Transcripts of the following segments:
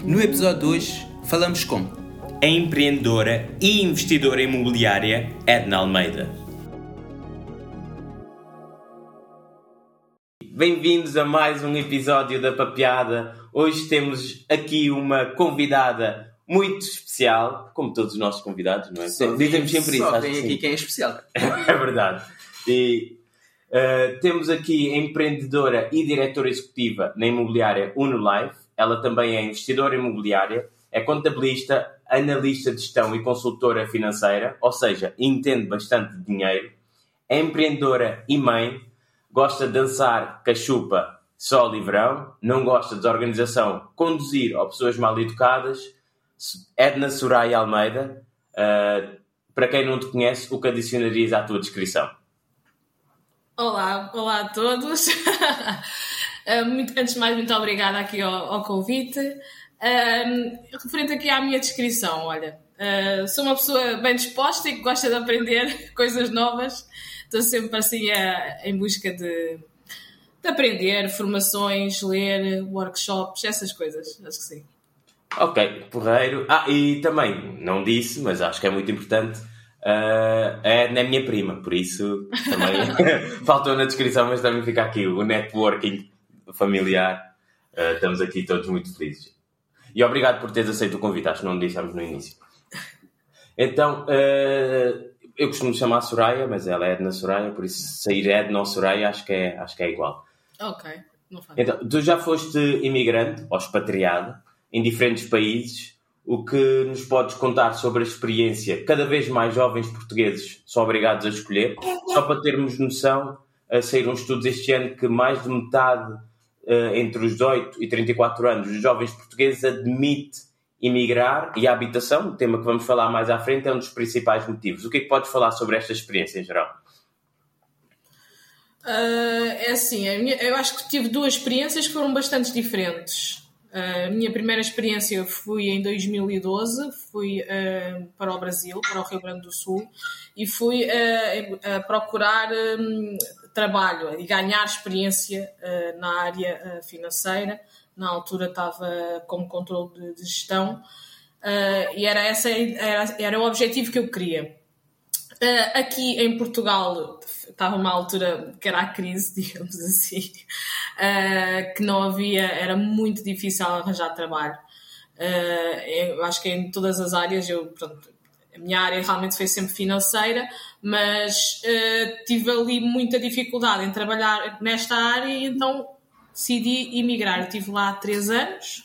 No episódio de hoje falamos com a empreendedora e investidora imobiliária Edna Almeida. Bem-vindos a mais um episódio da Papeada. Hoje temos aqui uma convidada muito especial, como todos os nossos convidados, não é? Dizemos sempre isso. Só vem aqui quem é especial. É verdade. E temos aqui a empreendedora e diretora executiva na imobiliária UnoLife. Ela também é investidora imobiliária, é contabilista, analista de gestão e consultora financeira, ou seja, entende bastante de dinheiro. É empreendedora e mãe, gosta de dançar cachupa, sol e verão, não gosta de desorganização, conduzir ou pessoas mal educadas. Edna Soraya Almeida, para quem não te conhece, o que adicionarias à tua descrição? Olá a todos. Antes de mais, muito obrigada aqui ao convite. Referente aqui à minha descrição, olha, sou uma pessoa bem disposta e que gosta de aprender coisas novas. Estou sempre assim em busca de aprender, formações, ler, workshops, essas coisas, acho que sim. Ok, porreiro. E também, não disse, mas acho que é muito importante, a Edna é minha prima, por isso também faltou na descrição, mas também fica aqui o networking familiar. Estamos aqui todos muito felizes. E obrigado por teres aceito o convite, acho que não dissemos no início. Então, eu costumo chamar Soraya, mas ela é Edna Soraya, por isso sair Edna ou Soraya acho que é igual. Ok, não faz. Então, tu já foste imigrante ou expatriado em diferentes países. O que nos podes contar sobre a experiência? Cada vez mais jovens portugueses são obrigados a escolher. Só para termos noção, saíram estudos este ano que mais de metade, entre os 18 e 34 anos, dos jovens portugueses admite emigrar, e a habitação, o tema que vamos falar mais à frente, é um dos principais motivos. O que é que podes falar sobre esta experiência em geral? É assim, eu acho que tive duas experiências que foram bastante diferentes. A minha primeira experiência fui em 2012, fui para o Brasil, para o Rio Grande do Sul, e fui a procurar trabalho e ganhar experiência na área financeira. Na altura estava como controle de gestão, e era o objetivo que eu queria. Aqui em Portugal estava uma altura que era a crise, digamos assim, que não havia, era muito difícil arranjar trabalho. Eu acho que em todas as áreas, a minha área realmente foi sempre financeira, mas tive ali muita dificuldade em trabalhar nesta área, e então decidi emigrar. Eu estive lá há 3 anos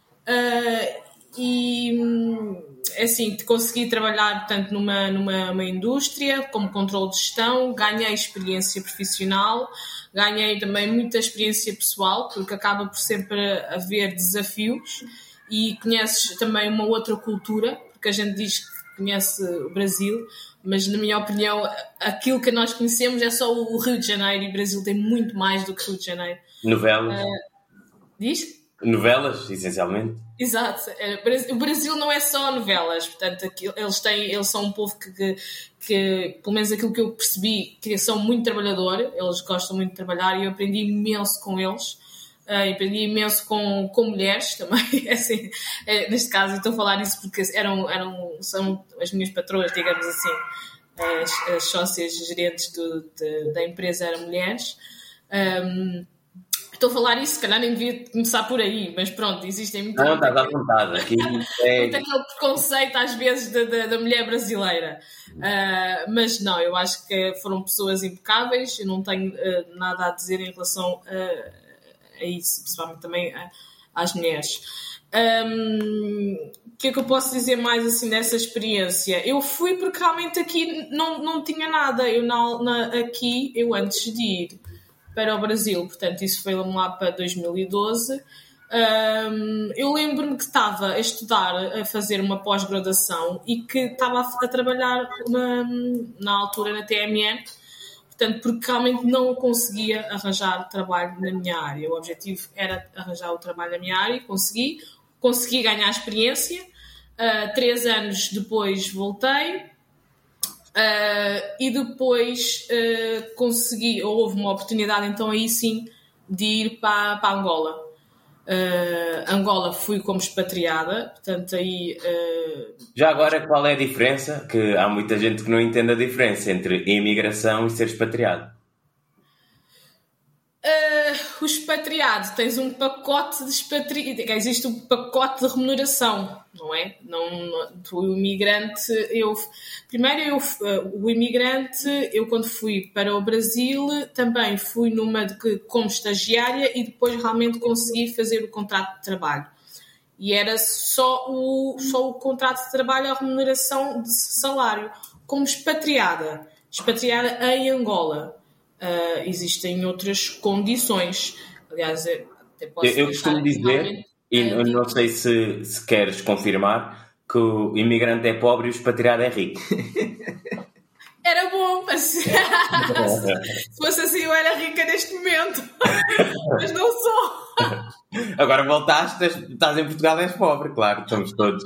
e assim, consegui trabalhar, portanto, numa indústria como controle de gestão, ganhei experiência profissional, ganhei também muita experiência pessoal, porque acaba por sempre haver desafios, e conheces também uma outra cultura, porque a gente diz que conhece o Brasil, mas na minha opinião aquilo que nós conhecemos é só o Rio de Janeiro, e o Brasil tem muito mais do que o Rio de Janeiro. Novelas? Diz? Novelas, essencialmente. Exato. O Brasil não é só novelas, portanto, eles são um povo que, pelo menos aquilo que eu percebi, que são muito trabalhador, eles gostam muito de trabalhar, e eu aprendi imenso com eles. Aprendi imenso com mulheres também, assim, neste caso eu estou a falar isso porque são as minhas patroas, digamos assim, as sócias gerentes da empresa eram mulheres. Estou a falar isso, se calhar nem devia começar por aí, mas pronto, existem muito... Não, estás à vontade. Aqui muito aquele preconceito às vezes da mulher brasileira. Mas não, eu acho que foram pessoas impecáveis, eu não tenho nada a dizer em relação a isso, principalmente também às mulheres. O que é que eu posso dizer mais assim dessa experiência? Eu fui porque realmente aqui não tinha nada. Aqui, eu antes de ir para o Brasil, portanto isso foi lá para 2012, eu lembro-me que estava a estudar, a fazer uma pós-graduação, e que estava a trabalhar na altura na TMN, portanto, porque realmente não conseguia arranjar trabalho na minha área. O objetivo era arranjar o trabalho na minha área, e consegui ganhar experiência. 3 anos depois voltei, e depois houve uma oportunidade, então aí sim, de ir para Angola. Angola fui como expatriada, portanto aí... Já agora, qual é a diferença? Que há muita gente que não entende a diferença entre imigração e ser expatriado. O expatriado, tens um pacote de expatriado, existe um pacote de remuneração, não é? O imigrante, o imigrante, eu quando fui para o Brasil, também fui como estagiária e depois realmente consegui fazer o contrato de trabalho. E era só o contrato de trabalho, a remuneração de salário. Como expatriada em Angola, existem outras condições. Aliás, até posso Eu costumo dizer, e não sei se queres confirmar, que o imigrante é pobre e o expatriado é rico. Era bom, mas se fosse assim eu era rica neste momento. Mas não sou. Agora voltaste, estás em Portugal, és pobre, claro, estamos todos.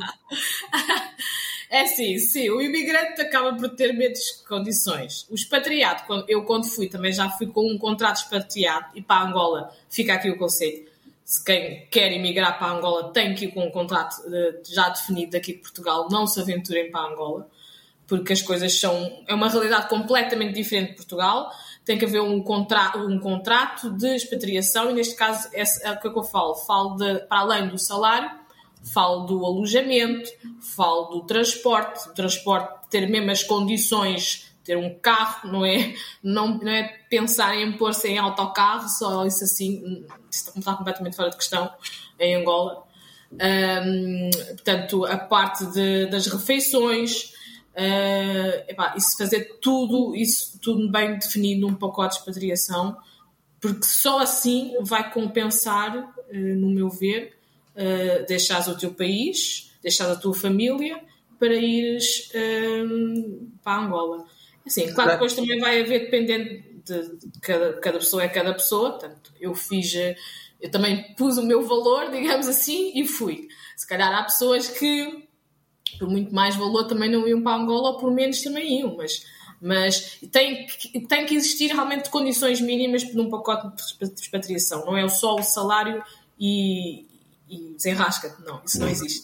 É sim, o imigrante acaba por ter menos condições. O expatriado, quando fui, também já fui com um contrato expatriado, e para Angola, fica aqui o conselho, se quem quer emigrar para Angola tem que ir com um contrato já definido daqui de Portugal, não se aventurem para Angola, porque as coisas é uma realidade completamente diferente de Portugal, tem que haver um contrato de expatriação, e neste caso é o que eu falo para além do salário, falo do alojamento, falo do transporte, ter mesmo as condições, ter um carro, não é pensar em pôr-se em autocarro, só isso assim, está completamente fora de questão em Angola. Portanto, a parte das refeições, isso fazer isso tudo bem definido num pacote de expatriação, porque só assim vai compensar, no meu ver, deixares o teu país, deixares a tua família para ires para Angola. Assim, claro que depois também vai haver, dependendo de cada pessoa é cada pessoa, portanto, eu também pus o meu valor, digamos assim, e fui. Se calhar há pessoas que por muito mais valor também não iam para Angola, ou por menos também iam, mas tem que existir realmente condições mínimas num pacote de expatriação, não é só o salário e desenrasca-te, não, isso não existe.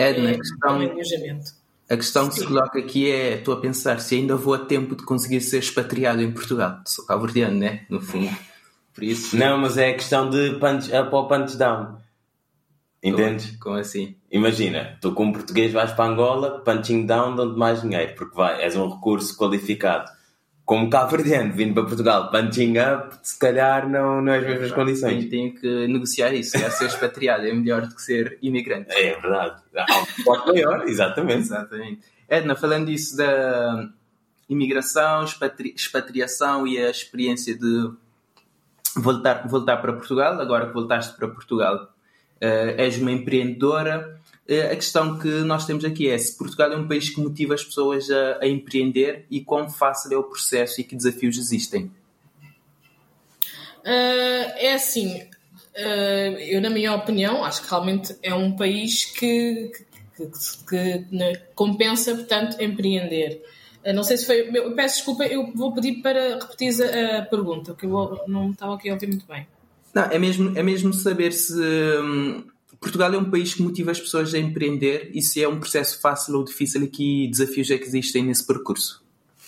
A questão que se coloca aqui é, estou a pensar se ainda vou a tempo de conseguir ser expatriado em Portugal. Sou cabo-verdiano, né? No fundo. Por isso... Não, mas é a questão de punch up ou punch down. Entendes? Como assim? Imagina, tu como português vais para Angola, punching down dão-te mais dinheiro, porque és um recurso qualificado. Como cabo-verdiano, vindo para Portugal, punching up, se calhar não é as mesmas condições. Tenho que negociar isso. Ser expatriado é melhor do que ser imigrante. É verdade. Há um suporte maior, exatamente. Edna, falando disso da imigração, expatriação e a experiência de voltar para Portugal, agora que voltaste para Portugal, és uma empreendedora. A questão que nós temos aqui é se Portugal é um país que motiva as pessoas a empreender e quão fácil é o processo e que desafios existem. É assim, eu na minha opinião acho que realmente é um país que compensa, portanto, empreender. Não sei se foi... Eu peço desculpa, eu vou pedir para repetir a pergunta, porque eu não estava aqui a ouvir muito bem. Não, é mesmo saber se Portugal é um país que motiva as pessoas a empreender e se é um processo fácil ou difícil e que desafios é que existem nesse percurso.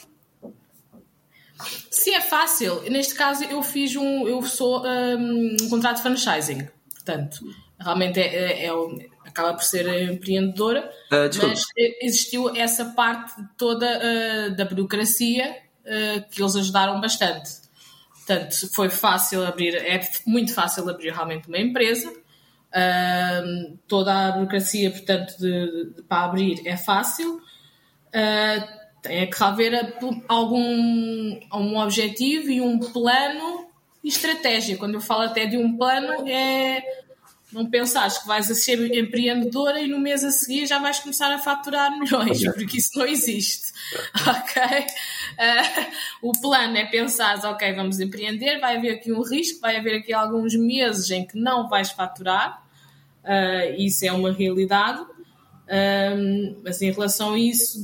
Se é fácil, neste caso eu sou um contrato de franchising, portanto, realmente acaba por ser empreendedora, mas existiu essa parte toda da burocracia que eles ajudaram bastante. Portanto, foi fácil abrir, é muito fácil abrir realmente uma empresa. Toda a burocracia, portanto, para abrir é fácil. Tem que haver um objetivo e um plano e estratégia. Quando eu falo até de um plano, é não pensares que vais a ser empreendedora e no mês a seguir já vais começar a faturar milhões, porque isso não existe. Ok? O plano é pensar, ok, vamos empreender, vai haver aqui um risco, vai haver aqui alguns meses em que não vais faturar, isso é uma realidade, mas em relação a isso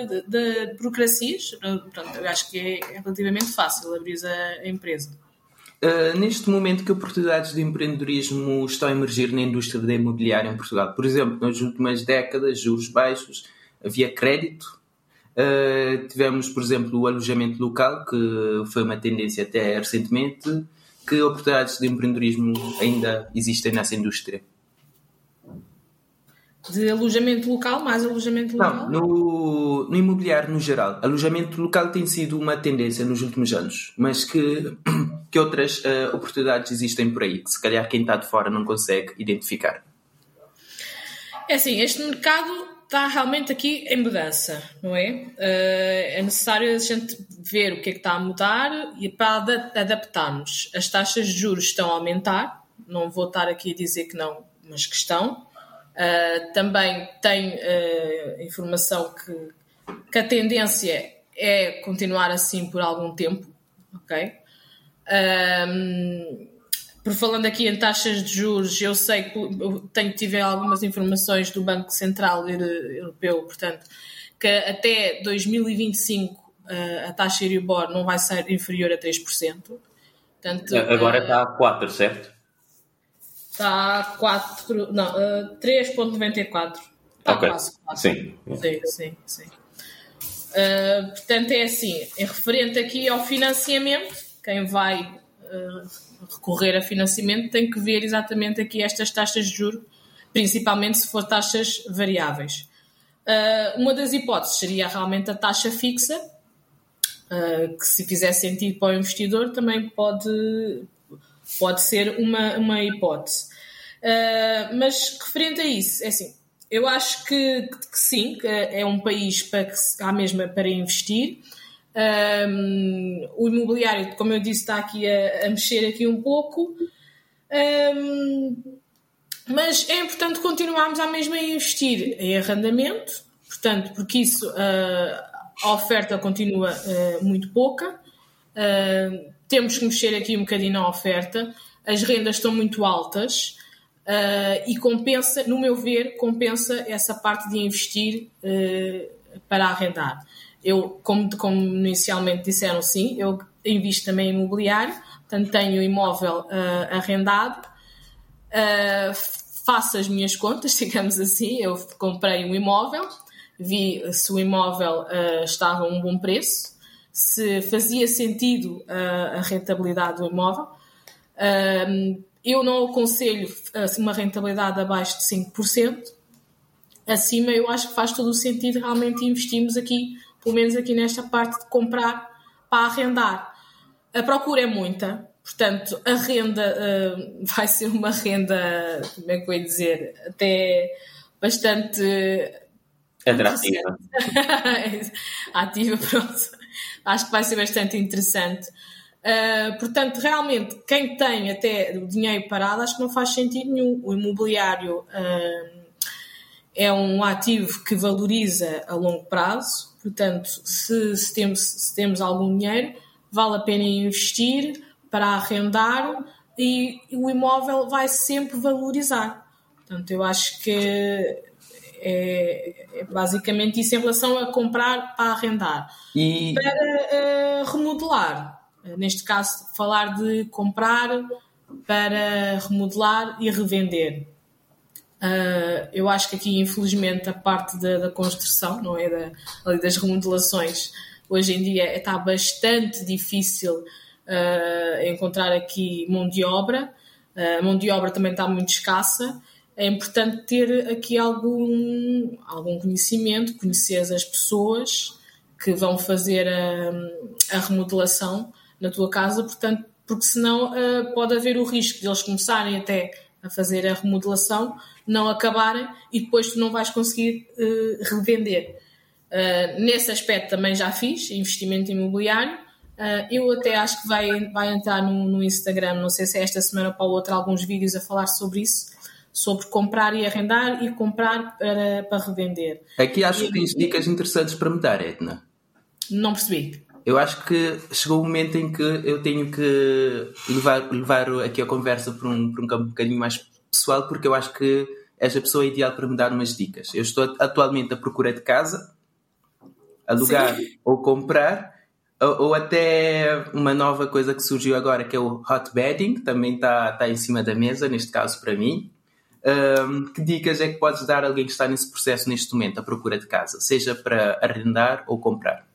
de burocracias, pronto, eu acho que é relativamente fácil abrir a empresa. Neste momento, que oportunidades de empreendedorismo estão a emergir na indústria da imobiliária em Portugal? Por exemplo, nas últimas décadas, juros baixos, havia crédito. Tivemos, por exemplo, o alojamento local, que foi uma tendência até recentemente. Que oportunidades de empreendedorismo ainda existem nessa indústria? De alojamento local, mais alojamento local? Não, no imobiliário no geral. Alojamento local tem sido uma tendência nos últimos anos, mas que outras oportunidades existem por aí, que se calhar quem está de fora não consegue identificar? É assim, este mercado está realmente aqui em mudança, não é? É necessário a gente ver o que é que está a mudar e para adaptarmos. As taxas de juros estão a aumentar, não vou estar aqui a dizer que não, mas que estão. Também tem informação que a tendência é continuar assim por algum tempo, ok? Por falando aqui em taxas de juros, eu sei que tive algumas informações do Banco Central Europeu, portanto, que até 2025 a taxa Euribor não vai ser inferior a 3%. Portanto, agora está a 4, certo? Está a 4, não, 3,94. Está ok, quase 4. Sim. Sim. Portanto, é assim, é referente aqui ao financiamento, quem vai recorrer a financiamento tem que ver exatamente aqui estas taxas de juros, principalmente se for taxas variáveis. Uma das hipóteses seria realmente a taxa fixa, que se fizer sentido para o investidor também pode ser uma hipótese. Mas referente a isso, é assim, eu acho que sim, que é um país há mesmo para investir. O imobiliário, como eu disse, está aqui a mexer aqui um pouco. Mas é importante continuarmos a mesma investir em arrendamento, portanto, porque isso, a oferta continua muito pouca. Temos que mexer aqui um bocadinho na oferta. As rendas estão muito altas e compensa, no meu ver, compensa essa parte de investir para arrendar. Eu, como inicialmente disseram, sim, eu invisto também em imobiliário, portanto tenho imóvel arrendado, faço as minhas contas, digamos assim, eu comprei um imóvel, vi se o imóvel estava a um bom preço, se fazia sentido a rentabilidade do imóvel. Eu não aconselho uma rentabilidade abaixo de 5%. Acima eu acho que faz todo o sentido realmente investirmos aqui, pelo menos aqui nesta parte de comprar para arrendar. A procura é muita, portanto a renda vai ser uma renda, como é que eu ia dizer, até bastante atrativa. Ativa, pronto. Acho que vai ser bastante interessante. Portanto, realmente, quem tem até o dinheiro parado, acho que não faz sentido nenhum. O imobiliário é um ativo que valoriza a longo prazo. Portanto, se temos algum dinheiro, vale a pena investir para arrendar e o imóvel vai sempre valorizar. Portanto, eu acho que é basicamente isso em relação a comprar para arrendar. E para remodelar, neste caso, falar de comprar para remodelar e revender. Eu acho que aqui, infelizmente, a parte da construção, não é, das remodelações, hoje em dia está bastante difícil encontrar aqui mão de obra. A mão de obra também está muito escassa. É importante ter aqui algum conhecimento, conhecer as pessoas que vão fazer a remodelação na tua casa, portanto, porque senão pode haver o risco de eles começarem até a fazer a remodelação, não acabarem e depois tu não vais conseguir revender. Nesse aspecto também já fiz investimento imobiliário. Eu até acho que vai entrar no Instagram, não sei se é esta semana ou para a outra, alguns vídeos a falar sobre isso, sobre comprar e arrendar e comprar para revender. Aqui acho que tens dicas interessantes para me dar, Edna. Não percebi. Eu acho que chegou o momento em que eu tenho que levar aqui a conversa para um campo um bocadinho mais pessoal, porque eu acho que és a pessoa ideal para me dar umas dicas. Eu estou atualmente à procura de casa, alugar ou comprar, Ou até uma nova coisa que surgiu agora, que é o hot bedding, também está em cima da mesa, neste caso para mim. Que dicas é que podes dar a alguém que está nesse processo neste momento, à procura de casa, seja para arrendar ou comprar?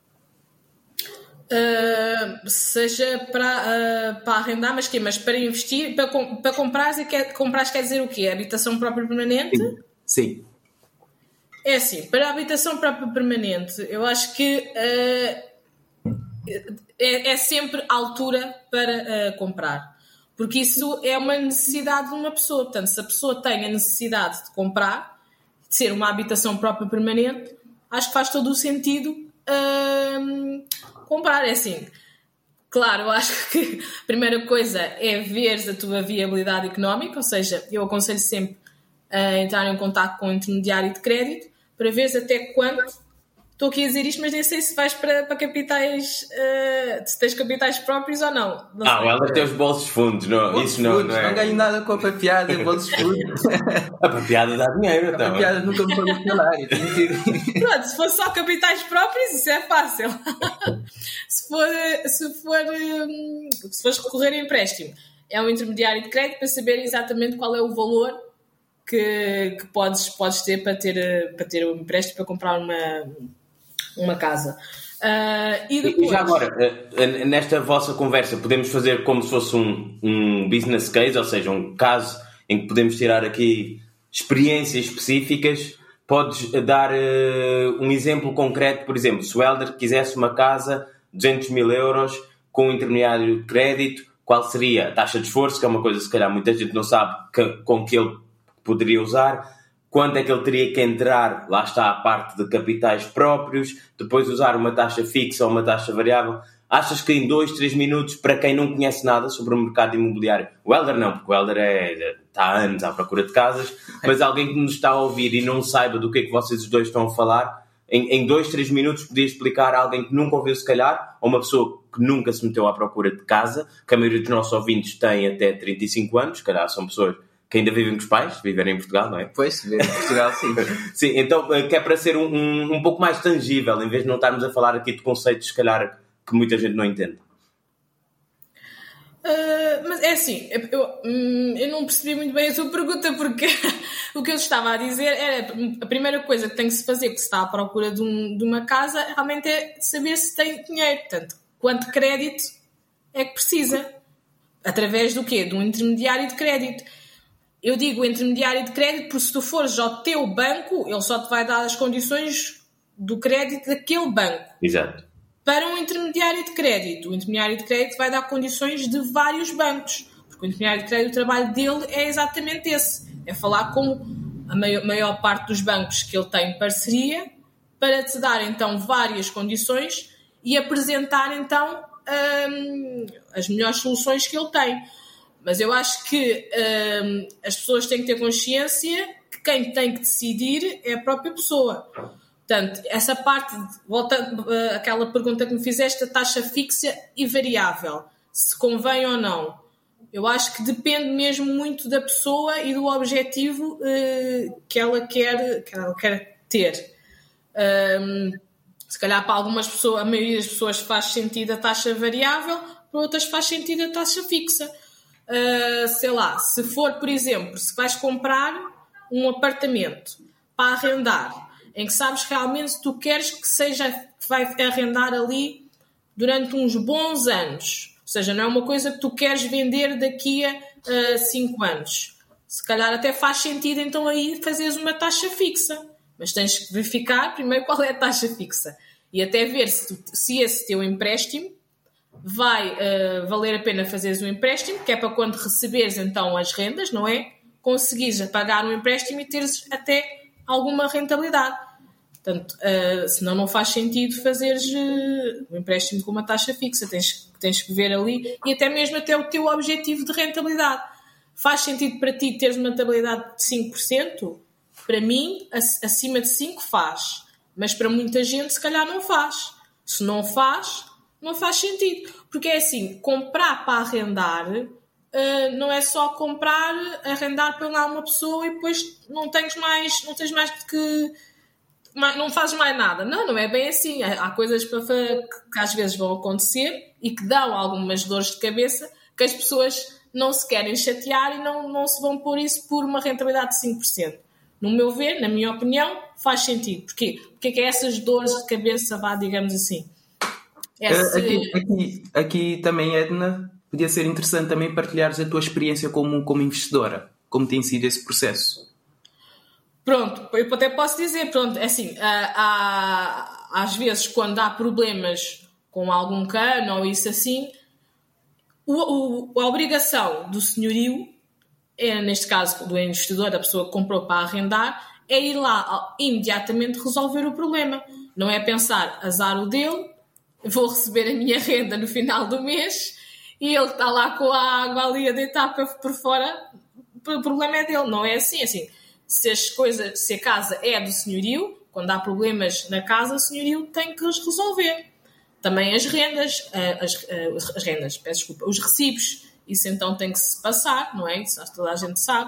Seja para arrendar, mas para investir, para comprar, comprar quer dizer o quê? Habitação própria permanente? Sim. É assim, para a habitação própria permanente, eu acho que é sempre a altura para comprar. Porque isso é uma necessidade de uma pessoa. Portanto, se a pessoa tem a necessidade de comprar, de ser uma habitação própria permanente, acho que faz todo o sentido comprar. É assim, claro, eu acho que a primeira coisa é ver a tua viabilidade económica, ou seja, eu aconselho sempre a entrar em contato com o intermediário de crédito para ver até quanto. Estou aqui a dizer isto, mas nem sei se vais para capitais, se tens capitais próprios ou não. Ela tem os bolsos fundos, não, bolsos isso não, fundos, não é? Não ganho nada com a papiada em bolsos fundos. A papiada dá dinheiro, então. A papiada nunca me pagou salário. Pronto, se for só capitais próprios, isso é fácil. se fores recorrer a empréstimo, é um intermediário de crédito para saber exatamente qual é o valor que podes ter para ter um empréstimo para comprar uma casa. E depois... já agora, nesta vossa conversa, podemos fazer como se fosse um business case, ou seja, um caso em que podemos tirar aqui experiências específicas. Podes dar um exemplo concreto, por exemplo, se o Helder quisesse uma casa, 200 mil euros, com um intermediário de crédito, qual seria a taxa de esforço, que é uma coisa que se calhar muita gente não sabe com que ele poderia usar, quanto é que ele teria que entrar, lá está a parte de capitais próprios, depois usar uma taxa fixa ou uma taxa variável. Achas que em 2, 3 minutos, para quem não conhece nada sobre o mercado imobiliário, o Helder não, porque o Helder está há anos à procura de casas, mas alguém que nos está a ouvir e não saiba do que é que vocês os dois estão a falar, em 2, 3 minutos podia explicar a alguém que nunca ouviu se calhar, ou uma pessoa que nunca se meteu à procura de casa, que a maioria dos nossos ouvintes tem até 35 anos, se calhar são pessoas que ainda vivem com os pais, viverem em Portugal, não é? Pois, viver em Portugal, sim. Sim, então que é para ser um pouco mais tangível, em vez de não estarmos a falar aqui de conceitos, se calhar, que muita gente não entende. Mas é assim, eu não percebi muito bem a tua pergunta, porque o que eu estava a dizer era a primeira coisa que tem que se fazer, que se está à procura de uma casa, realmente é saber se tem dinheiro. Portanto, quanto crédito é que precisa? Através do quê? De um intermediário de crédito. Eu digo intermediário de crédito porque se tu fores ao teu banco, ele só te vai dar as condições do crédito daquele banco. Exato. Para um intermediário de crédito, o intermediário de crédito vai dar condições de vários bancos. Porque o intermediário de crédito, o trabalho dele é exatamente esse. É falar com a maior parte dos bancos que ele tem parceria para te dar, então, várias condições e apresentar, então, as melhores soluções que ele tem. Mas eu acho que as pessoas têm que ter consciência que quem tem que decidir é a própria pessoa. Portanto, essa parte, volta àquela pergunta que me fizeste, a taxa fixa e variável, se convém ou não. Eu acho que depende mesmo muito da pessoa e do objetivo que ela quer ter. Se calhar para algumas pessoas, a maioria das pessoas faz sentido a taxa variável, para outras faz sentido a taxa fixa. Sei lá, se for, por exemplo, se vais comprar um apartamento para arrendar, em que sabes realmente se tu queres que vai arrendar ali durante uns bons anos, ou seja, não é uma coisa que tu queres vender daqui a 5 anos, se calhar até faz sentido então aí fazeres uma taxa fixa, mas tens que verificar primeiro qual é a taxa fixa e até ver se esse teu empréstimo vai valer a pena fazeres um empréstimo, que é para quando receberes então as rendas, não é? Conseguires pagar um empréstimo e teres até alguma rentabilidade. Portanto, senão não faz sentido fazeres um empréstimo com uma taxa fixa. Tens que ver ali e até mesmo até o teu objetivo de rentabilidade. Faz sentido para ti teres uma rentabilidade de 5%? Para mim, acima de 5% faz. Mas para muita gente, se calhar não faz. Se não faz, não faz sentido. Porque é assim, comprar para arrendar não é só comprar, arrendar para lá uma pessoa e depois não tens mais que não fazes mais nada. Não é bem assim. Há coisas que às vezes vão acontecer e que dão algumas dores de cabeça que as pessoas não se querem chatear e não se vão pôr isso por uma rentabilidade de 5%. No meu ver, na minha opinião, faz sentido. Porquê? Porque é que essas dores de cabeça, digamos assim. Aqui também, Edna, podia ser interessante também partilhares a tua experiência como investidora. Como tem sido esse processo? Pronto, eu até posso dizer, pronto, assim, às vezes quando há problemas com algum cano ou isso assim, a obrigação do senhorio, neste caso do investidor, da pessoa que comprou para arrendar, é ir lá imediatamente resolver o problema. Não é pensar, azar o dele, vou receber a minha renda no final do mês e ele está lá com a água ali a deitar por fora, o problema é dele. Não é assim, se a casa é do senhorio, quando há problemas na casa, o senhorio tem que os resolver. Também as rendas, os recibos, isso então tem que se passar, não é? Isso toda a gente sabe.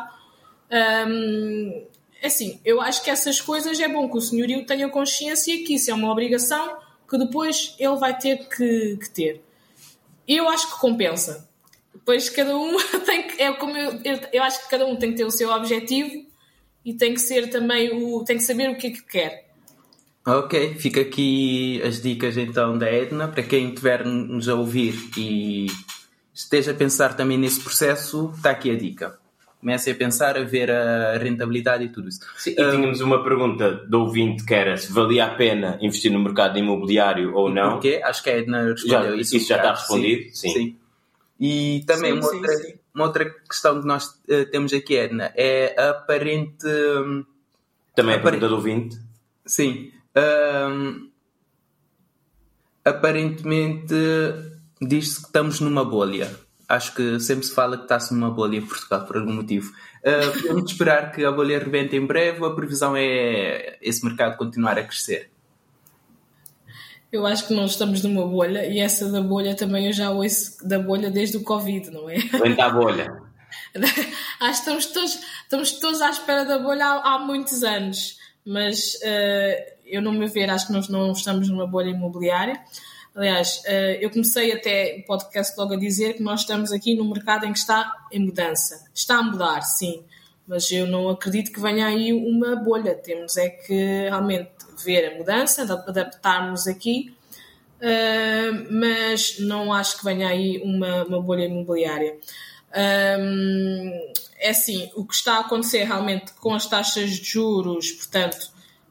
Assim, eu acho que essas coisas é bom que o senhorio tenha consciência que isso é uma obrigação que depois ele vai ter que ter. E eu acho que compensa. Depois cada um tem que... Eu acho que cada um tem que ter o seu objetivo e tem que ser também tem que saber o que é que quer. Ok, fica aqui as dicas então da Edna, para quem estiver-nos a ouvir e esteja a pensar também nesse processo, está aqui a dica. Comecem a pensar, a ver a rentabilidade e tudo isso. Sim, e tínhamos uma pergunta do ouvinte que era se valia a pena investir no mercado imobiliário ou não. Porquê? Acho que a Edna respondeu isso. Isso já está respondido? Sim. E também uma outra questão que nós temos aqui, Edna, é a aparente... Também a pergunta do ouvinte? Sim. Aparentemente diz-se que estamos numa bolha. Acho que sempre se fala que está-se numa bolha em Portugal por algum motivo. Podemos esperar que a bolha rebente em breve ou a previsão é esse mercado continuar a crescer? Eu acho que nós estamos numa bolha e essa da bolha também eu já ouço da bolha desde o Covid, não é? Vem da bolha. Acho que estamos todos à espera da bolha há muitos anos, mas eu não me ver, acho que nós não estamos numa bolha imobiliária. Aliás, eu comecei até o podcast logo a dizer que nós estamos aqui num mercado em que está em mudança. Está a mudar, sim, mas eu não acredito que venha aí uma bolha. Temos é que realmente ver a mudança, adaptarmos aqui, mas não acho que venha aí uma bolha imobiliária. É assim, o que está a acontecer realmente com as taxas de juros, portanto,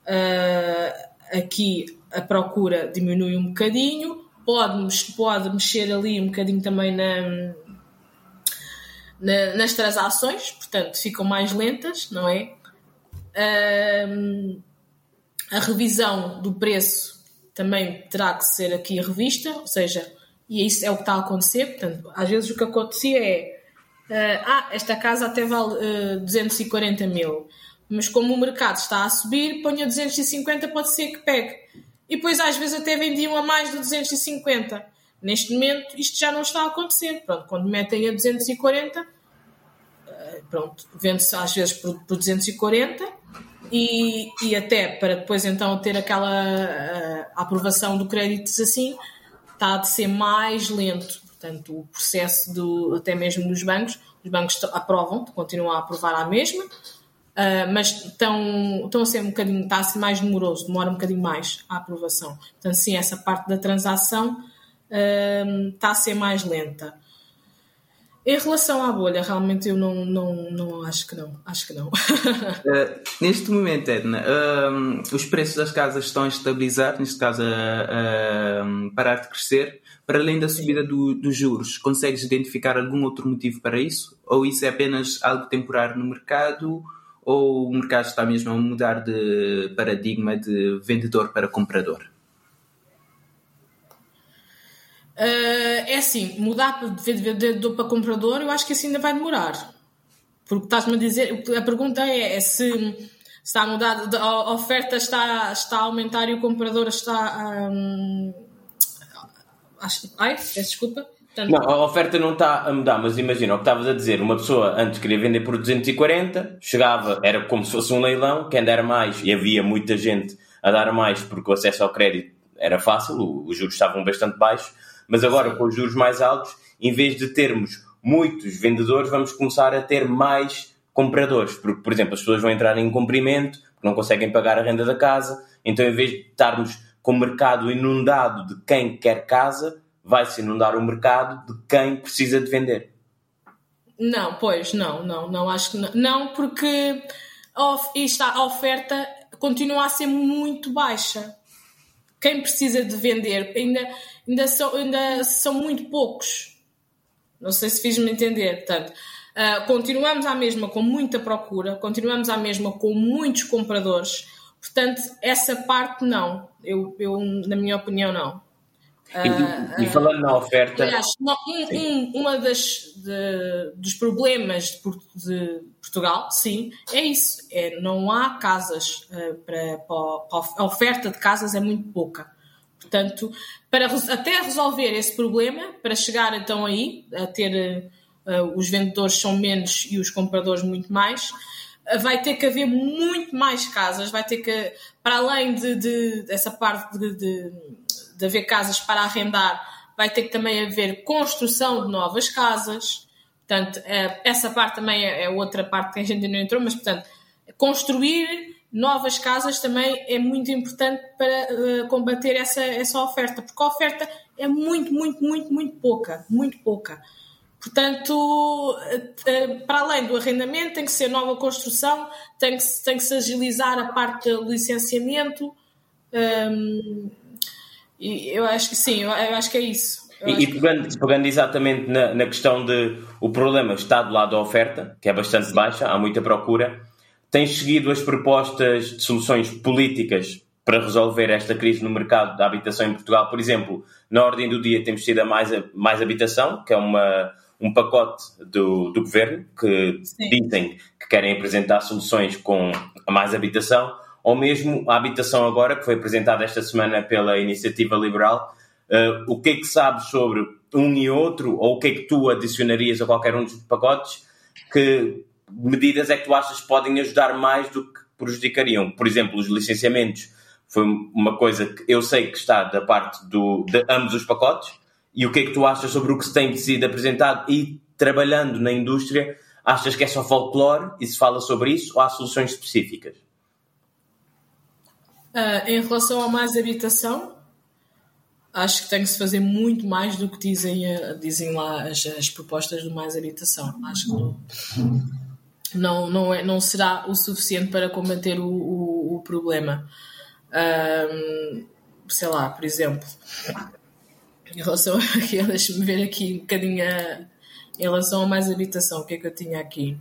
aqui a procura diminui um bocadinho, pode mexer ali um bocadinho também nas transações, portanto ficam mais lentas, não é? A revisão do preço também terá que ser aqui revista, ou seja, e isso é o que está a acontecer. Portanto, às vezes o que acontecia é esta casa até vale 240 mil, mas como o mercado está a subir, ponha 250, pode ser que pegue. E depois às vezes até vendiam a mais de 250. Neste momento isto já não está a acontecer. Pronto, quando metem a 240, pronto, vende-se às vezes por 240 e até para depois então ter aquela aprovação do crédito assim, está a ser mais lento. Portanto, o processo até mesmo dos bancos, os bancos aprovam, continuam a aprovar à mesma, mas estão a ser um bocadinho, está a ser mais demoroso, demora um bocadinho mais a aprovação. Portanto, sim, essa parte da transação está a ser mais lenta. Em relação à bolha, realmente eu não acho que não. Acho que não. Neste momento, Edna, os preços das casas estão a estabilizar, neste caso a parar de crescer, para além da subida dos juros. Consegues identificar algum outro motivo para isso? Ou isso é apenas algo temporário no mercado? Ou o mercado está mesmo a mudar de paradigma de vendedor para comprador? É assim, mudar de vendedor para comprador, eu acho que isso ainda vai demorar. Porque estás-me a dizer, a pergunta é se está a mudar, a oferta está a aumentar e o comprador está peço desculpa. Portanto, não, a oferta não está a mudar, mas imagina o que estavas a dizer, uma pessoa antes queria vender por 240, chegava, era como se fosse um leilão, quem dera mais, e havia muita gente a dar mais porque o acesso ao crédito era fácil, os juros estavam bastante baixos, mas agora com os juros mais altos, em vez de termos muitos vendedores, vamos começar a ter mais compradores, porque, por exemplo, as pessoas vão entrar em incumprimento, porque não conseguem pagar a renda da casa, então em vez de estarmos com o mercado inundado de quem quer casa, vai-se inundar o mercado de quem precisa de vender. Não, pois, não, acho que não. Não, porque a oferta continua a ser muito baixa. Quem precisa de vender ainda são muito poucos. Não sei se fiz-me entender. Portanto, continuamos à mesma com muita procura, continuamos à mesma com muitos compradores. Portanto, essa parte não. Eu na minha opinião, não. E falando na oferta... Aliás, uma dos problemas de Portugal, sim, é isso. Não há casas, a oferta de casas é muito pouca. Portanto, até resolver esse problema, para chegar então aí, a ter os vendedores são menos e os compradores muito mais, vai ter que haver muito mais casas, vai ter que, para além dessa parte de haver casas para arrendar, vai ter que também haver construção de novas casas. Portanto, essa parte também é outra parte que a gente não entrou, mas, portanto, construir novas casas também é muito importante para combater essa oferta, porque a oferta é muito, muito, muito, muito pouca, muito pouca. Portanto, para além do arrendamento, tem que ser nova construção, tem que se agilizar a parte do licenciamento. E eu acho que sim, eu acho que é isso. Pegando exatamente na questão de o problema está do lado da oferta, que é bastante baixa, há muita procura. Tens seguido as propostas de soluções políticas para resolver esta crise no mercado da habitação em Portugal? Por exemplo, na ordem do dia temos tido a mais habitação, que é um pacote do governo, que dizem que querem apresentar soluções com a mais habitação, ou mesmo a habitação agora, que foi apresentada esta semana pela Iniciativa Liberal. O que é que sabes sobre um e outro, ou o que é que tu adicionarias a qualquer um dos pacotes? Que medidas é que tu achas que podem ajudar mais do que prejudicariam? Por exemplo, os licenciamentos foi uma coisa que eu sei que está da parte de ambos os pacotes. E o que é que tu achas sobre o que se tem sido apresentado? E trabalhando na indústria, achas que é só folclore e se fala sobre isso, ou há soluções específicas? Em relação a mais habitação, acho que tem que se fazer muito mais do que dizem lá as propostas do mais habitação. Acho que não será o suficiente para combater o problema. Sei lá, por exemplo, em relação aqui, deixa-me ver aqui um bocadinho em relação a mais habitação, o que é que eu tinha aqui?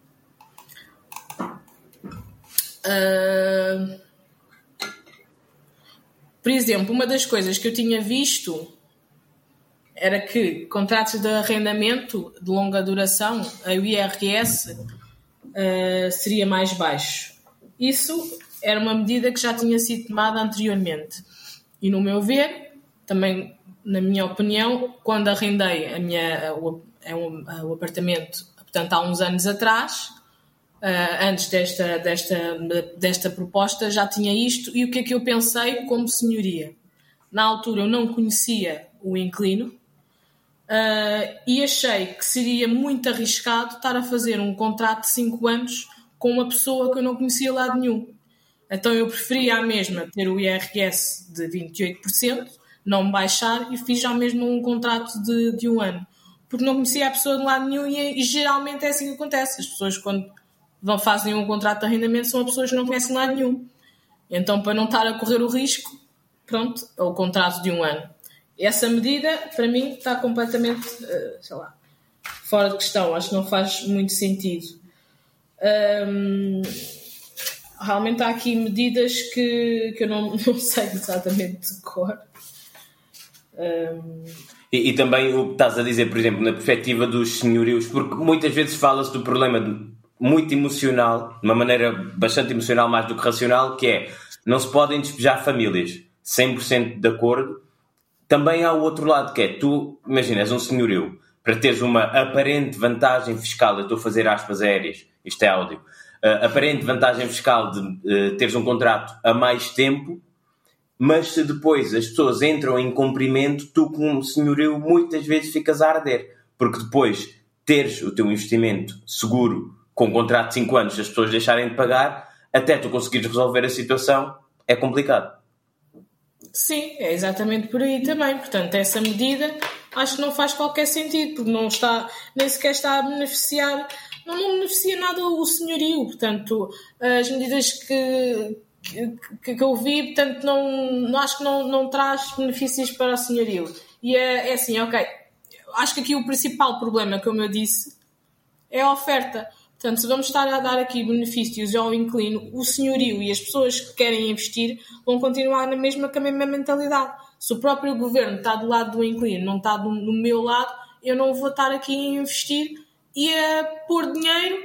Por exemplo, uma das coisas que eu tinha visto era que contratos de arrendamento de longa duração, o IRS, seria mais baixo. Isso era uma medida que já tinha sido tomada anteriormente. E, no meu ver, também, na minha opinião, quando arrendei o apartamento, portanto, há uns anos atrás, antes desta proposta, já tinha isto. E o que é que eu pensei como senhoria? Na altura eu não conhecia o inquilino e achei que seria muito arriscado estar a fazer um contrato de 5 anos com uma pessoa que eu não conhecia lado nenhum. Então eu preferia à mesma ter o IRS de 28%, não baixar, e fiz já mesmo um contrato de 1 ano. Porque não conhecia a pessoa de lado nenhum e geralmente é assim que acontece. As pessoas, quando fazem um contrato de arrendamento, são pessoas que não conhecem lado nenhum. Então, para não estar a correr o risco, pronto, é o contrato de 1 ano. Essa medida, para mim, está completamente, fora de questão. Acho que não faz muito sentido. Realmente há aqui medidas que eu não sei exatamente de cor. E também o que estás a dizer, por exemplo, na perspectiva dos senhorios, porque muitas vezes fala-se do problema muito emocional, de uma maneira bastante emocional, mais do que racional, que é, não se podem despejar famílias. 100% de acordo. Também há o outro lado, que é, tu imaginas um senhorio, para teres uma aparente vantagem fiscal, eu estou a fazer aspas aéreas, isto é áudio, aparente vantagem fiscal de teres um contrato a mais tempo, mas se depois as pessoas entram em cumprimento, tu como senhorio muitas vezes ficas a arder, porque depois teres o teu investimento seguro com um contrato de 5 anos, se as pessoas deixarem de pagar, até tu conseguires resolver a situação, é complicado. Sim, é exatamente por aí também. Portanto, essa medida acho que não faz qualquer sentido, porque não está, nem sequer está a beneficiar, não beneficia nada o senhorio. Portanto, as medidas que eu vi, portanto, não acho que não traz benefícios para o senhorio. E é assim, ok. Acho que aqui o principal problema, como eu disse, é a oferta. Portanto, se vamos estar a dar aqui benefícios ao inquilino, o senhorio e as pessoas que querem investir vão continuar com a mesma mentalidade. Se o próprio governo está do lado do inquilino, não está do meu lado, eu não vou estar aqui a investir e a pôr dinheiro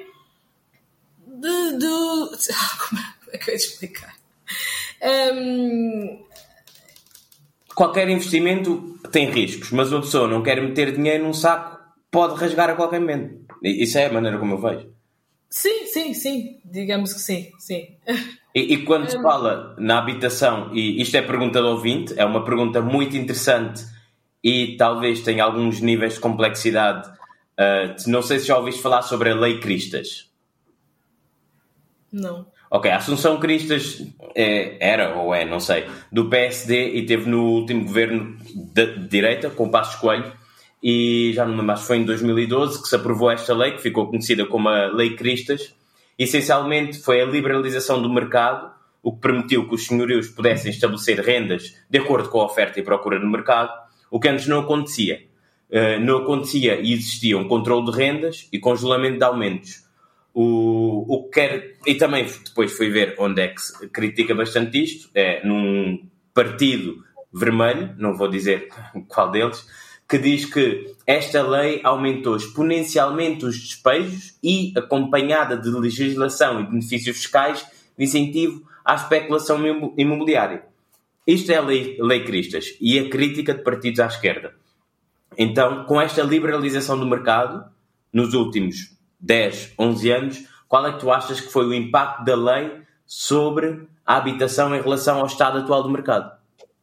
como é que eu ia explicar? Qualquer investimento tem riscos, mas uma pessoa não quer meter dinheiro num saco, pode rasgar a qualquer momento. Isso é a maneira como eu vejo. Sim. Digamos que sim. E quando se fala na habitação, e isto é pergunta do ouvinte, é uma pergunta muito interessante e talvez tenha alguns níveis de complexidade. Não sei se já ouviste falar sobre a Lei Cristas. Não. Ok, a Assunção Cristas era, ou é, não sei, do PSD e teve no último governo de direita, com o Passos Coelho, e já não me lembro, acho que foi em 2012 que se aprovou esta lei, que ficou conhecida como a Lei Cristas. Essencialmente foi a liberalização do mercado, o que permitiu que os senhorios pudessem estabelecer rendas de acordo com a oferta e procura no mercado, o que antes não acontecia. Não acontecia e existia um controle de rendas e congelamento de aumentos. O que quer, e também depois fui ver onde é que se critica bastante isto, é num partido vermelho, não vou dizer qual deles, que diz que esta lei aumentou exponencialmente os despejos e, acompanhada de legislação e benefícios fiscais, de incentivo à especulação imobiliária. Isto é a lei Cristas e a crítica de partidos à esquerda. Então, com esta liberalização do mercado, nos últimos 10, 11 anos, qual é que tu achas que foi o impacto da lei sobre a habitação em relação ao estado atual do mercado?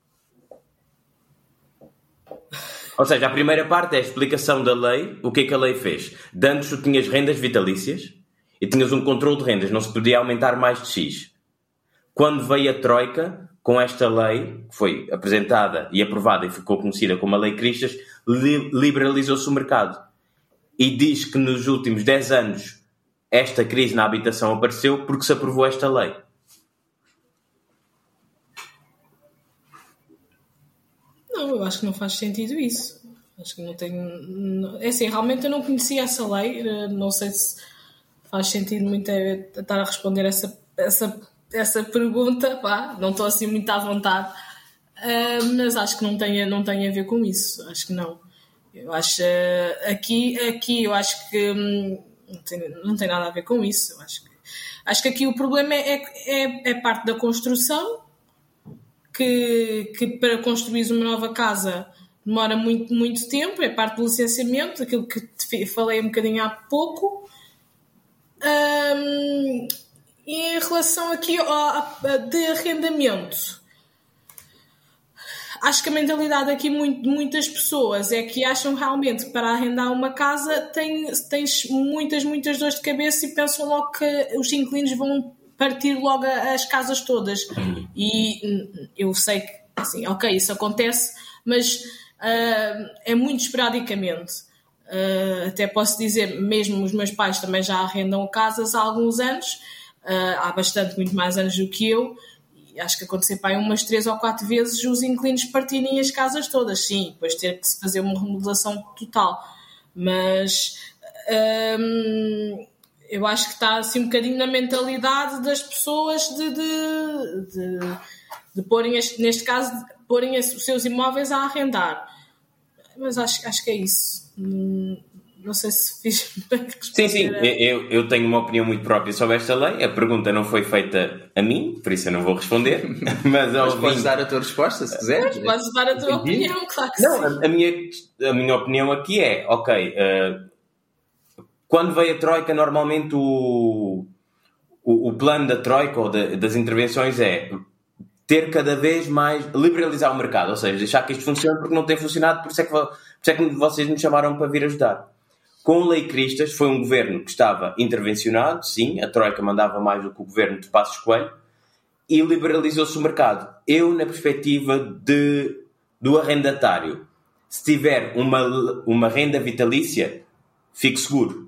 Ou seja, a primeira parte é a explicação da lei, o que é que a lei fez. De antes tu tinhas rendas vitalícias e tinhas um controle de rendas, não se podia aumentar mais de X. Quando veio a Troika, com esta lei, que foi apresentada e aprovada e ficou conhecida como a Lei Cristas, liberalizou-se o mercado. E diz que nos últimos 10 anos esta crise na habitação apareceu porque se aprovou esta lei. Não, eu acho que não faz sentido isso. Acho que não tem... É assim, realmente eu não conhecia essa lei. Não sei se faz sentido muito estar a responder essa pergunta. Pá, não estou assim muito à vontade. Mas acho que não tem a ver com isso. Acho que não. Eu acho... Aqui eu acho que não tem nada a ver com isso. Eu acho que aqui o problema é parte da construção, que para construir uma nova casa demora muito, muito tempo, é parte do licenciamento, aquilo que te falei um bocadinho há pouco. E em relação aqui de arrendamento, acho que a mentalidade aqui muitas pessoas é que acham realmente que para arrendar uma casa tens muitas dores de cabeça e pensam logo que os inquilinos vão partir logo as casas todas. E eu sei que, assim, ok, isso acontece, mas é muito esporadicamente. Até posso dizer, mesmo os meus pais também já arrendam casas há alguns anos, há muito mais anos do que eu, e acho que aconteceu para aí umas 3 ou 4 vezes os inquilinos partirem as casas todas, sim, depois ter que se fazer uma remodelação total. Mas... eu acho que está assim um bocadinho na mentalidade das pessoas de porem, neste caso, de porem os seus imóveis a arrendar. Mas acho que é isso. Não sei se fiz bem. Sim. Eu tenho uma opinião muito própria sobre esta lei. A pergunta não foi feita a mim, por isso eu não vou responder. Mas podes dar a tua resposta, se quiseres. Podes dar a tua opinião, claro que não, sim. A minha opinião aqui é, ok... quando veio a Troika, normalmente o plano da Troika ou das intervenções é ter cada vez mais, liberalizar o mercado, ou seja, deixar que isto funcione porque não tem funcionado, por isso é que vocês me chamaram para vir ajudar. Com a Lei Cristas foi um governo que estava intervencionado, sim, a Troika mandava mais do que o governo de Passos Coelho, e liberalizou-se o mercado. Eu, na perspectiva do arrendatário, se tiver uma renda vitalícia, fique seguro.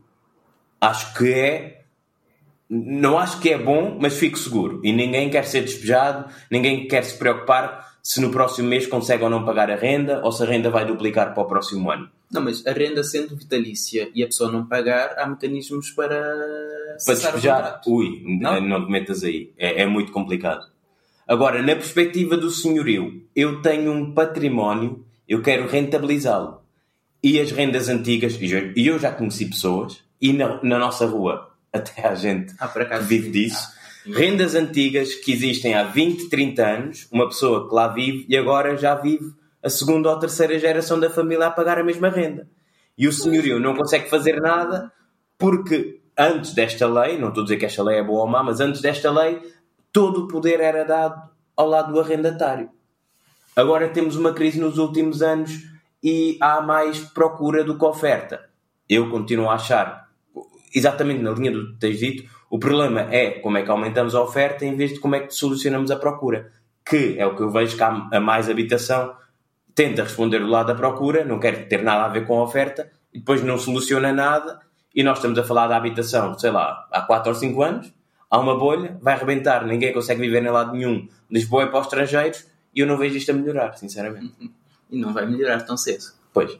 Não acho que é bom, mas fique seguro. E ninguém quer ser despejado, ninguém quer se preocupar se no próximo mês consegue ou não pagar a renda, ou se a renda vai duplicar para o próximo ano. Não, mas a renda sendo vitalícia e a pessoa não pagar, há mecanismos para despejar. Não te metas aí. É muito complicado. Agora, na perspectiva do senhorio, eu tenho um património, eu quero rentabilizá-lo. E as rendas antigas, e eu já conheci pessoas, e na nossa rua até há gente que vive disso, rendas antigas que existem há 20, 30 anos, uma pessoa que lá vive e agora já vive a segunda ou terceira geração da família a pagar a mesma renda. E o senhorio não consegue fazer nada porque antes desta lei, não estou a dizer que esta lei é boa ou má, mas antes desta lei todo o poder era dado ao lado do arrendatário. Agora temos uma crise nos últimos anos e há mais procura do que oferta. Eu continuo a achar, exatamente na linha do que tens dito, o problema é como é que aumentamos a oferta em vez de como é que solucionamos a procura. Que é o que eu vejo que há mais habitação, tenta responder do lado da procura, não quer ter nada a ver com a oferta, e depois não soluciona nada, e nós estamos a falar da habitação, sei lá, há 4 ou 5 anos, há uma bolha, vai arrebentar, ninguém consegue viver em lado nenhum, Lisboa é para os estrangeiros, e eu não vejo isto a melhorar, sinceramente. E não vai melhorar tão cedo. Pois.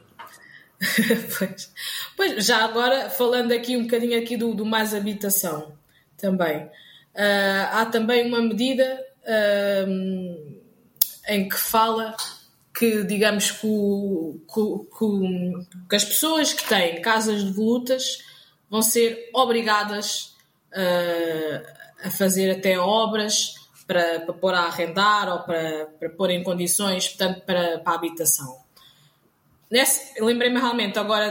Pois, já agora, falando aqui um bocadinho aqui do mais habitação, também. Há também uma medida em que fala que, digamos, que as pessoas que têm casas devolutas vão ser obrigadas a fazer até obras para pôr a arrendar ou para pôr em condições, portanto, para a habitação. Lembrei-me realmente agora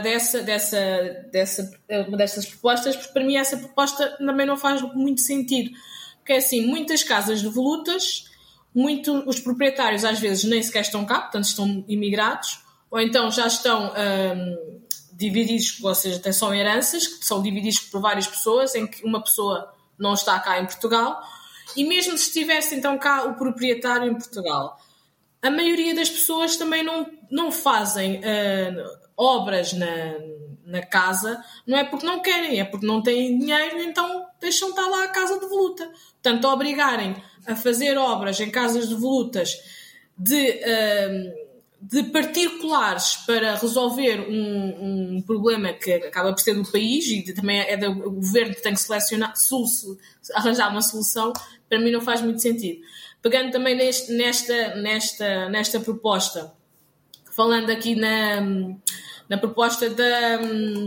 uma dessas propostas, porque para mim essa proposta também não faz muito sentido. Porque é assim, muitas casas devolutas, os proprietários às vezes nem sequer estão cá, portanto estão imigrados, ou então já estão divididos, ou seja, até são heranças, que são divididos por várias pessoas, em que uma pessoa não está cá em Portugal, e mesmo se estivesse então cá o proprietário em Portugal, a maioria das pessoas também não fazem obras na casa, não é porque não querem, é porque não têm dinheiro, então deixam estar lá a casa devoluta. Portanto, obrigarem a fazer obras em casas devolutas de particulares para resolver um problema que acaba por ser do país e também é do governo que tem que arranjar uma solução, para mim não faz muito sentido. Pegando também nesta proposta, falando aqui na proposta da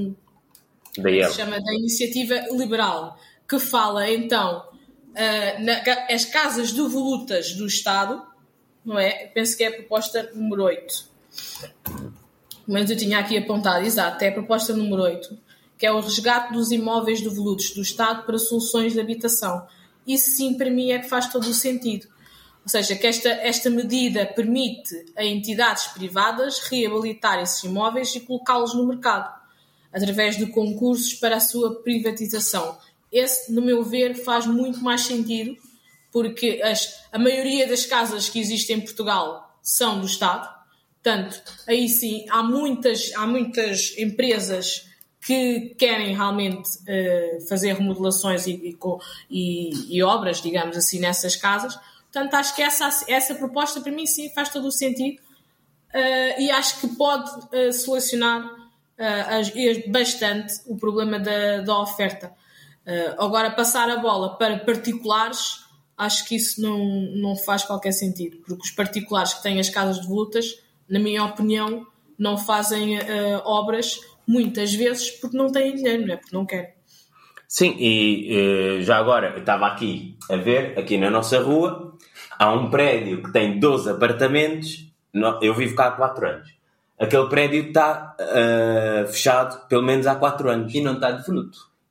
Iniciativa Liberal, que fala então as casas devolutas do Estado, não é? Penso que é a proposta número 8. Mas eu tinha aqui apontado, exato, é a proposta número 8, que é o resgate dos imóveis devolutos do Estado para soluções de habitação. Isso sim, para mim, é que faz todo o sentido. Ou seja, que esta medida permite a entidades privadas reabilitar esses imóveis e colocá-los no mercado, através de concursos para a sua privatização. Esse, no meu ver, faz muito mais sentido, porque a maioria das casas que existem em Portugal são do Estado. Portanto, aí sim, há muitas empresas que querem realmente fazer remodelações e obras, digamos assim, nessas casas. Portanto, acho que essa proposta, para mim, sim, faz todo o sentido e acho que pode solucionar bastante o problema da oferta. Agora, passar a bola para particulares, acho que isso não faz qualquer sentido, porque os particulares que têm as casas devolutas, na minha opinião, não fazem obras muitas vezes porque não têm dinheiro, não é? Porque não querem. Sim, e já agora, eu estava aqui a ver, aqui na nossa rua, há um prédio que tem 12 apartamentos, eu vivo cá há 4 anos. Aquele prédio está fechado pelo menos há 4 anos. E não está devoluto.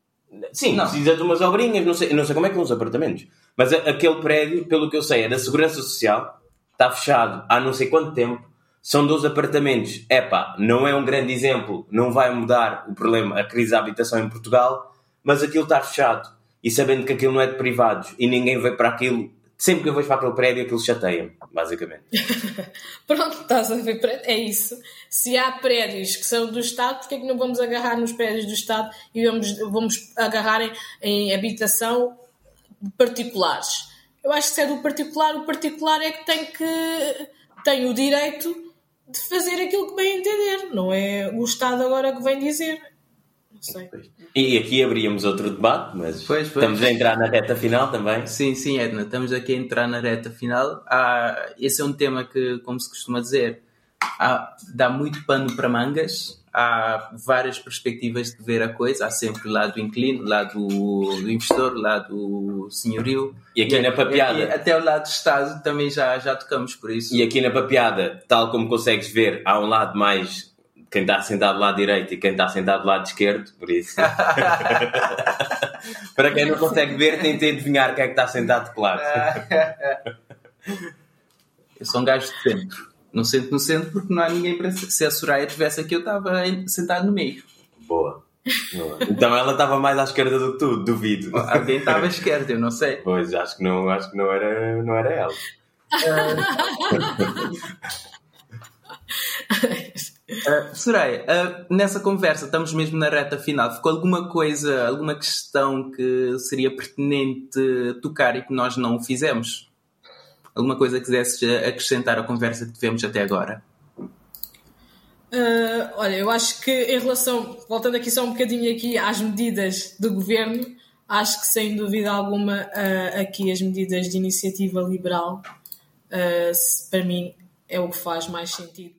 Sim, Não. precisa de umas obrinhas, não sei como é que são os apartamentos. Mas aquele prédio, pelo que eu sei, é da Segurança Social, está fechado há não sei quanto tempo, são 12 apartamentos. Epá, não é um grande exemplo, não vai mudar o problema, a crise da habitação em Portugal, mas aquilo está fechado. E sabendo que aquilo não é de privados e ninguém vai para aquilo, sempre que eu vejo para aquele prédio, aquilo chateia-me, basicamente. Pronto, estás a ver, é isso. Se há prédios que são do Estado, porque é que não vamos agarrar nos prédios do Estado e vamos agarrar em habitação particulares? Eu acho que se é do particular, o particular é que tem o direito de fazer aquilo que bem entender, não é o Estado agora que vem dizer. Não sei. E aqui abríamos outro debate, mas Pois. estamos a entrar na reta final também. Sim, Edna, estamos aqui a entrar na reta final. Esse é um tema que, como se costuma dizer, dá muito pano para mangas. Há várias perspectivas de ver a coisa. Há sempre o lado do inquilino, o lado do investidor, o lado do senhorio. E aqui na papeada. E até o lado do Estado também já tocamos por isso. E aqui na papeada, tal como consegues ver, há um lado mais quem está sentado do lado direito e quem está sentado do lado esquerdo, por isso. Para quem não consegue ver, tenta adivinhar quem é que está sentado de que lado. Eu sou um gajo de centro. Não sento no centro porque não há ninguém para... Se a Soraya estivesse aqui, eu estava sentado no meio. Boa. Então ela estava mais à esquerda do que tu, duvido. Alguém estava à esquerda, eu não sei. Pois, acho que não era ela. Soraya, nessa conversa, estamos mesmo na reta final. Ficou alguma coisa, alguma questão que seria pertinente tocar e que nós não fizemos? Alguma coisa que quisesses acrescentar à conversa que tivemos até agora? Olha, eu acho que em relação, voltando aqui só um bocadinho aqui às medidas do governo, acho que sem dúvida alguma aqui as medidas de iniciativa liberal, para mim, é o que faz mais sentido.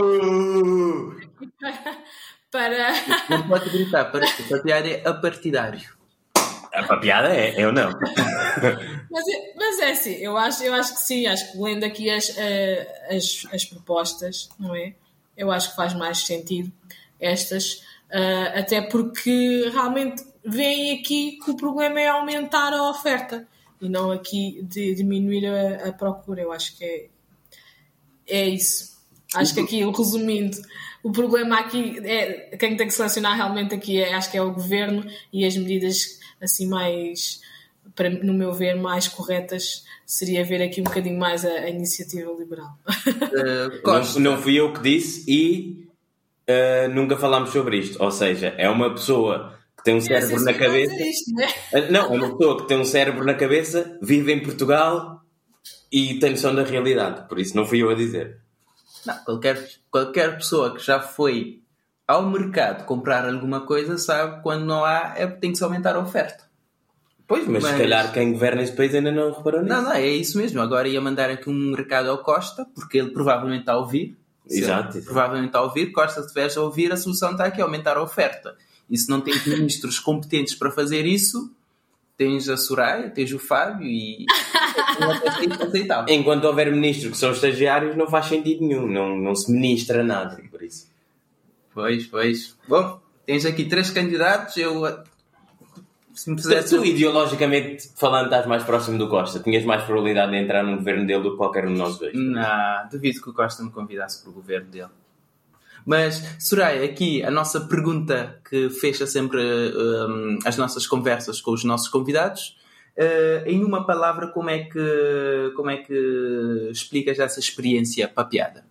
Para... Não pode gritar, partidário é apartidário. A papeada é, eu não. Mas é assim, eu acho que sim, acho que lendo aqui as propostas, não é? Eu acho que faz mais sentido estas, até porque realmente veem aqui que o problema é aumentar a oferta e não aqui de diminuir a procura. Eu acho que é isso. Acho que aqui, resumindo, o problema aqui é quem tem que selecionar realmente aqui acho que é o governo e as medidas assim mais, no meu ver, mais corretas seria ver aqui um bocadinho mais a iniciativa liberal. Não fui eu que disse e nunca falámos sobre isto. Ou seja, é uma pessoa que tem um cérebro na cabeça. Isto, não é? Não, é uma pessoa que tem um cérebro na cabeça, vive em Portugal e tem noção da realidade. Por isso não fui eu a dizer. Não, qualquer pessoa que já foi ao mercado comprar alguma coisa sabe que quando não há tem que se aumentar a oferta. Pois, mas se calhar quem governa este país ainda não reparou nisso. Não, é isso mesmo. Agora ia mandar aqui um recado ao Costa, porque ele provavelmente está a ouvir. Exato. Provavelmente está a ouvir. Costa, se estiveres a ouvir, a solução está aqui, aumentar a oferta. E se não tens ministros competentes para fazer isso, tens a Soraya, tens o Fábio e... Enquanto houver ministros que são estagiários, não faz sentido nenhum. Não se ministra nada, por isso. Pois. Bom, tens aqui 3 candidatos. Se me fizesse... Tu, ideologicamente falando, estás mais próximo do Costa. Tinhas mais probabilidade de entrar no governo dele do que qualquer um de nós dois. Não, duvido que o Costa me convidasse para o governo dele. Mas, Soraya, aqui a nossa pergunta que fecha sempre as nossas conversas com os nossos convidados. Em uma palavra, como é que explicas essa experiência papeada?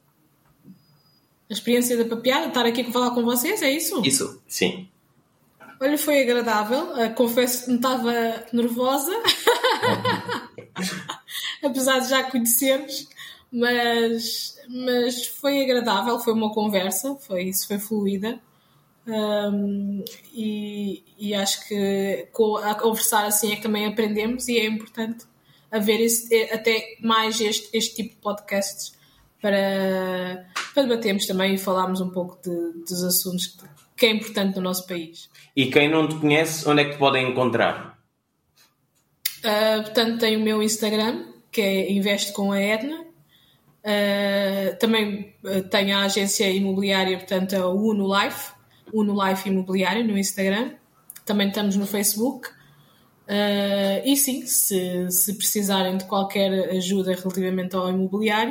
A experiência da papeada, estar aqui a falar com vocês, é isso? Isso. Sim. Olha, foi agradável. Confesso que não estava nervosa. Apesar de já conhecermos. Mas foi agradável. Foi uma conversa. Foi fluida. E acho que a conversar assim é que também aprendemos. E é importante haver até mais este tipo de podcasts para debatermos também e falarmos um pouco dos assuntos que é importante no nosso país. E quem não te conhece, onde é que te podem encontrar? Portanto, tenho o meu Instagram, que é Investe com a Edna. Também tenho a agência imobiliária, portanto, a Uno Life Imobiliário no Instagram. também estamos no Facebook. E sim, se precisarem de qualquer ajuda relativamente ao imobiliário,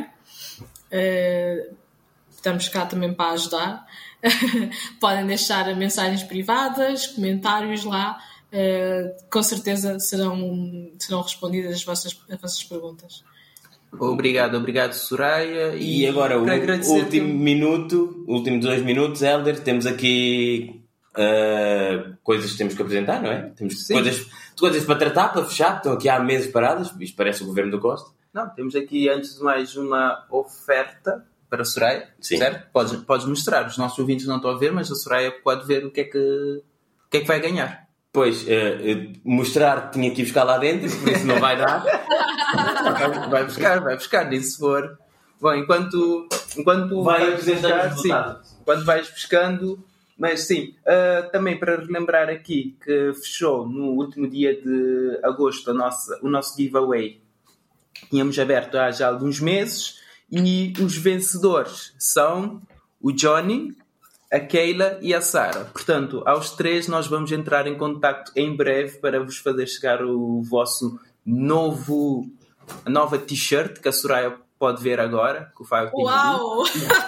estamos cá também para ajudar. Podem deixar mensagens privadas, comentários lá, com certeza serão respondidas as vossas perguntas. Obrigado Soraya. E agora o último 2 minutos, Hélder, temos aqui coisas que temos que apresentar, não é? Temos coisas para tratar, para fechar, estão aqui há meses paradas, isto parece o governo do Costa. Não, temos aqui antes de mais uma oferta para a Soraya, sim. Certo? Podes mostrar, os nossos ouvintes não estão a ver, mas a Soraya pode ver o que é que vai ganhar. Pois, mostrar que tinha que ir buscar lá dentro, por isso não vai dar. Vai buscar, nem se for. Bom, enquanto Vai vais buscar, sim, enquanto vais buscando, mas sim, também para relembrar aqui que fechou no último dia de agosto o nosso giveaway. Tínhamos aberto há já alguns meses e os vencedores são o Johnny, a Keila e a Sara. Portanto, aos 3 nós vamos entrar em contacto em breve para vos fazer chegar o vosso a nova t-shirt que a Soraya pode ver agora. Que o Fábio tem. Uau!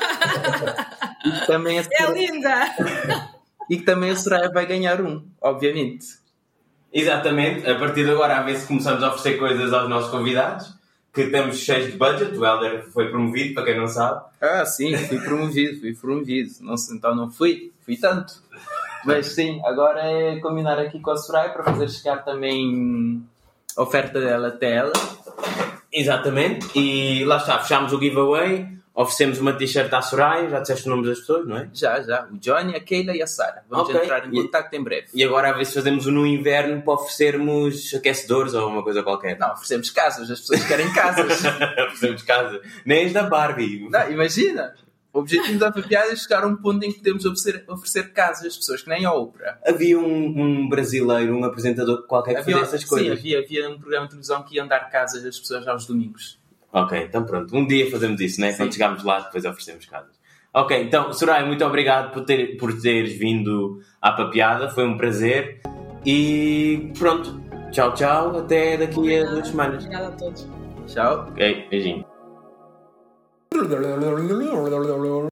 E também É linda! E que também a Soraya vai ganhar obviamente. Exatamente, a partir de agora a ver se começamos a oferecer coisas aos nossos convidados, que estamos cheios de budget. O Hélder foi promovido, para quem não sabe. Sim, fui promovido. Não, então não fui tanto. Mas sim, agora é combinar aqui com a Soraya para fazer chegar também a oferta dela até ela. Exatamente, e lá está, fechámos o giveaway, oferecemos uma t-shirt à Soraya, já disseste os nomes das pessoas, não é? Já, o Johnny, a Keila e a Sara. Vamos entrar em contacto em breve. E agora a ver se fazemos no inverno para oferecermos aquecedores ou uma coisa qualquer. Não, oferecemos casas, as pessoas querem casas. Oferecemos casas, nem as da Barbie. Não, imagina, o objetivo da papiada é chegar a um ponto em que podemos oferecer casas às pessoas, que nem a Oprah. Havia um brasileiro, um apresentador qualquer que fazia essas coisas. Sim, havia um programa de televisão que ia dar casas às pessoas aos domingos. Ok, então pronto. Um dia fazemos isso, né? Quando chegarmos lá, depois oferecemos casas. Ok, então, Soraya, muito obrigado por teres vindo à papiada. Foi um prazer. E pronto. Tchau, tchau. Até daqui a 2 semanas. Obrigada a todos. Tchau. Ok, beijinho.